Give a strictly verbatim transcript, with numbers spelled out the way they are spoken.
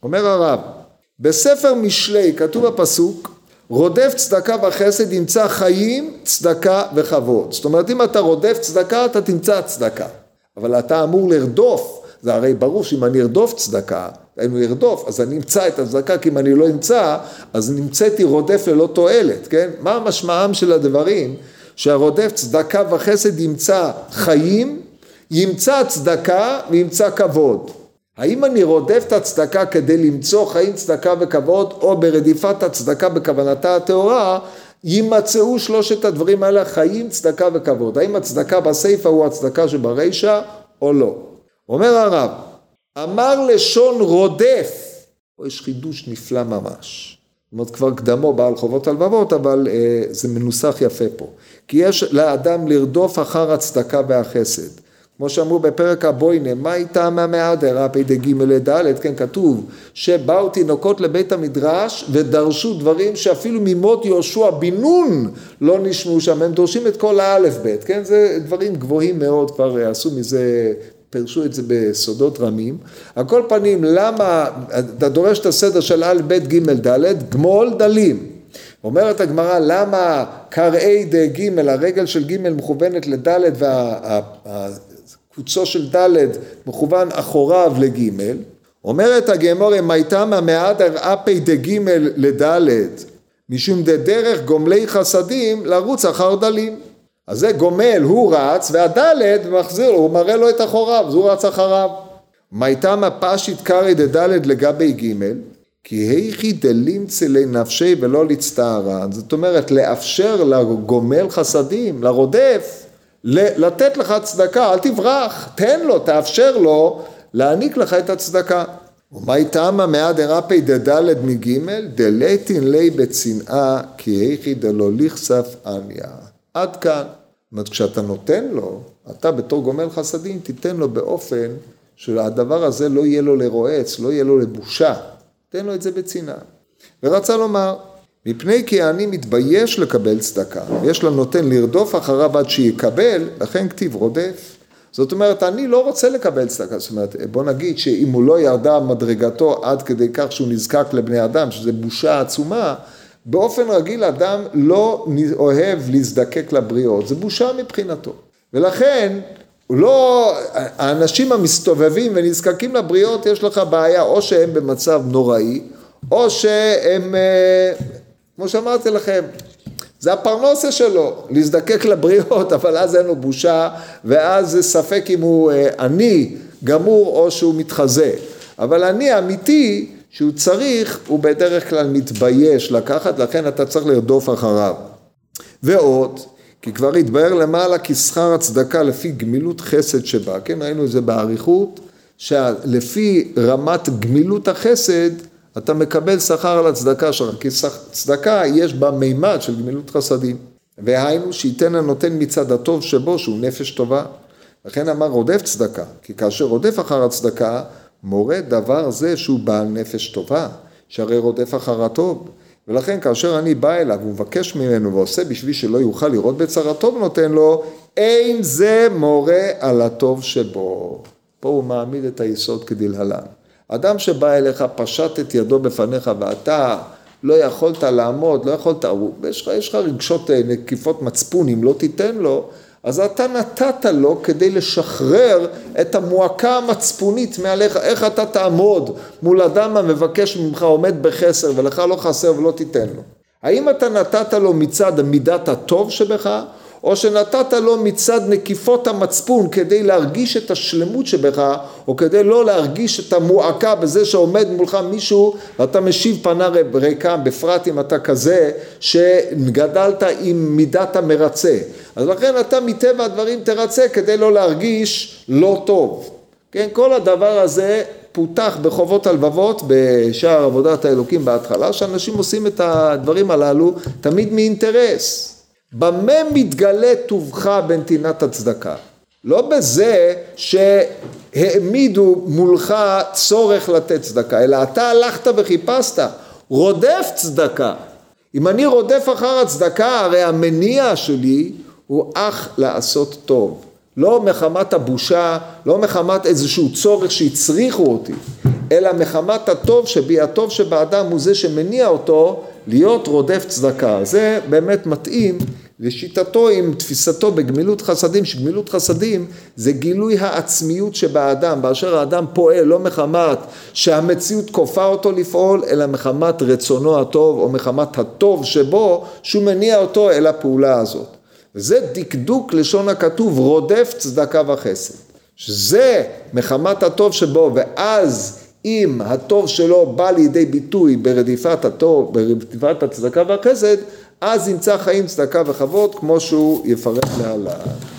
אומר הרב, בספר משלי כתוב הפסוק, רודף צדקה וחסד ימצא חיים, צדקה וכבוד. זאת אומרת, אם אתה רודף צדקה, אתה תמצא צדקה. אבל אתה אמור לרדוף. זה הרי ברור שאם אני ארדוף צדקה, אם אני ארדוף, אז אני אמצא את הצדקה, כי אם אני לא אמצא, אז נמצאתי רודף ללא תועלת, כן? מה המשמעם של הדברים? שהרודף צדקה וחסד ימצא חיים, ימצא צדקה וימצא כבוד. האם אני רודף את הצדקה כדי למצוא חיים, צדקה וכבוד, או ברדיפת הצדקה בכוונתה התאורה, יימצאו שלושת הדברים האלה, חיים, צדקה וכבוד. האם הצדקה בסייפה הוא הצדקה שברישה או לא? אומר הרב, אמר לשון רודף, פה יש חידוש נפלא ממש. זאת אומרת, כבר קדמו בעל חובות הלבבות, אבל אה, זה מנוסח יפה פה. כי יש לאדם לרדוף אחר הצדקה והחסד. כמו שאמרו בפרק הבוינה, מה הייתה מהמעדר, הפי דג' לדלת, כן, כתוב, שבאו תינוקות לבית המדרש ודרשו דברים שאפילו ממות יהושע בן נון לא נשמעו שם, הם דורשים את כל האלף בית, כן, זה דברים גבוהים מאוד, כבר עשו מזה, פרשו את זה בסודות רמים. על כל פנים, למה, אתה דורש את הסדר של א' ב' ג' ד', גמול דלים. אומרת הגמרא, למה קראי ד' הרגל של ג' מכוונת לד' והקוצו של ד' מכוון אחוריו לג'. אומרת הגמרא, מייתמה מהדר אפי ד' לד' משום דרך גומלי חסדים לרוץ אחר דלים. אז זה גומל, הוא רץ, והדלת מחזיר לו, הוא מראה לו את אחוריו, אז הוא רץ אחריו. מייתמה פשית קרעי ד' לגבי ג' כי היכי דלימצא לנפשי ולא להצטערן. זאת אומרת, לאפשר לגומל חסדים, לרודף, לתת לך צדקה, אל תברח, תן לו, תאפשר לו להעניק לך את הצדקה. ומייתמה מהדר אפי ד' מג' דלתין לי בצנעה כי היכי דלא לכסף עניה. עד כאן. זאת אומרת, כשאתה נותן לו, אתה בתור גומל חסדים, תיתן לו באופן שהדבר הזה לא יהיה לו לרועץ, לא יהיה לו לבושה. תן לו את זה בצנעה. ורצה לומר, מפני כי אני מתבייש לקבל צדקה, יש לנו נותן לרדוף אחריו עד שיקבל, לכן כתיב רודף. זאת אומרת, אני לא רוצה לקבל צדקה. זאת אומרת, בוא נגיד שאם הוא לא ירדה מדרגתו עד כדי כך שהוא נזקק לבני אדם, שזה בושה עצומה, באופן רגיל אדם לא אוהב להזדקק לבריות, זה בושה מבחינתו. ולכן, לא, האנשים המסתובבים ונזקקים לבריות, יש לך בעיה, או שהם במצב נוראי, או שהם, כמו שאמרתי לכם, זה הפרנסה שלו, להזדקק לבריות, אבל אז אין לו בושה, ואז זה ספק אם הוא עני, גמור, או שהוא מתחזה. אבל עני אמיתי, שהוא צריך, הוא בדרך כלל מתבייש לקחת, לכן אתה צריך לרדוף אחריו. ועוד, כי כבר התבהר למעלה כי שכר הצדקה לפי גמילות חסד שבה, כן, ראינו את זה בעריכות, שלפי רמת גמילות החסד, אתה מקבל שכר על הצדקה שלך, כי צדקה יש בה מימד של גמילות חסדים. והיינו שייתן הנותן מצד הטוב שבו, שהוא נפש טובה. לכן אמר רודף צדקה, כי כאשר רודף אחר הצדקה, מורה דבר זה שהוא בעל נפש טובה, שהרי רודף אחר הטוב. ולכן כאשר אני בא אליו ומבקש ממנו ועושה בשביל שלא יוכל לראות בצרתו ונותן לו, אין זה מורה על הטוב שבו. פה הוא מעמיד את היסוד כדלהלן. אדם שבא אליך פשט את ידו בפניך ואתה לא יכולת לעמוד, לא יכולת, יש לך, יש לך רגשות נקיפות מצפון, אם לא תיתן לו, אז אתה נתת לו כדי לשחרר את המועקה המצפונית מעליך, איך אתה תעמוד מול אדם המבקש ממך עומד בחסר ולך לא חסר ולא תיתן לו. האם אתה נתת לו מצד מידת הטוב שבך, או שנתת לו מצד נקיפות המצפון כדי להרגיש את השלמות שבך, או כדי לא להרגיש את המועקה בזה שעומד מולך מישהו ואתה משיב פנה ריקה, בפרט אם אתה כזה שגדלת עם מידת המרצה. אז לכן אתה מטבע הדברים תרצה כדי לא להרגיש לא טוב. כן, כל הדבר הזה פותח בחובות הלבבות בשער עבודת האלוקים בהתחלה, שאנשים עושים את הדברים הללו תמיד מאינטרס. במה מתגלה טובך בנתינת הצדקה? לא בזה שהעמידו מולך צורך לתת צדקה, אלא אתה הלכת וחיפשת, רודף צדקה. אם אני רודף אחר הצדקה, הרי המניע שלי הוא אך לעשות טוב. לא מחמת הבושה, לא מחמת איזשהו צורך שהצריכו אותי, אלא מחמת הטוב שבי, הטוב שבאדם הוא זה שמניע אותו להיות רודף צדקה. זה באמת מתאים לשיטתו עם תפיסתו בגמילות חסדים, שגמילות חסדים זה גילוי העצמיות שבאדם, באשר האדם פועל לא מחמת שהמציאות כופה אותו לפעול, אלא מחמת רצונו הטוב או מחמת הטוב שבו, שהוא מניע אותו אל הפעולה הזאת. וזה דקדוק לשון הכתוב, רודף צדקה וחסד. שזה מחמת הטוב שבו, ואז אם הטוב שלו בא לידי ביטוי ברדיפת הטוב, ברדיפת הצדקה והחסד, אז ימצא חיים צדקה וכבוד כמו שהוא יפרט להלן.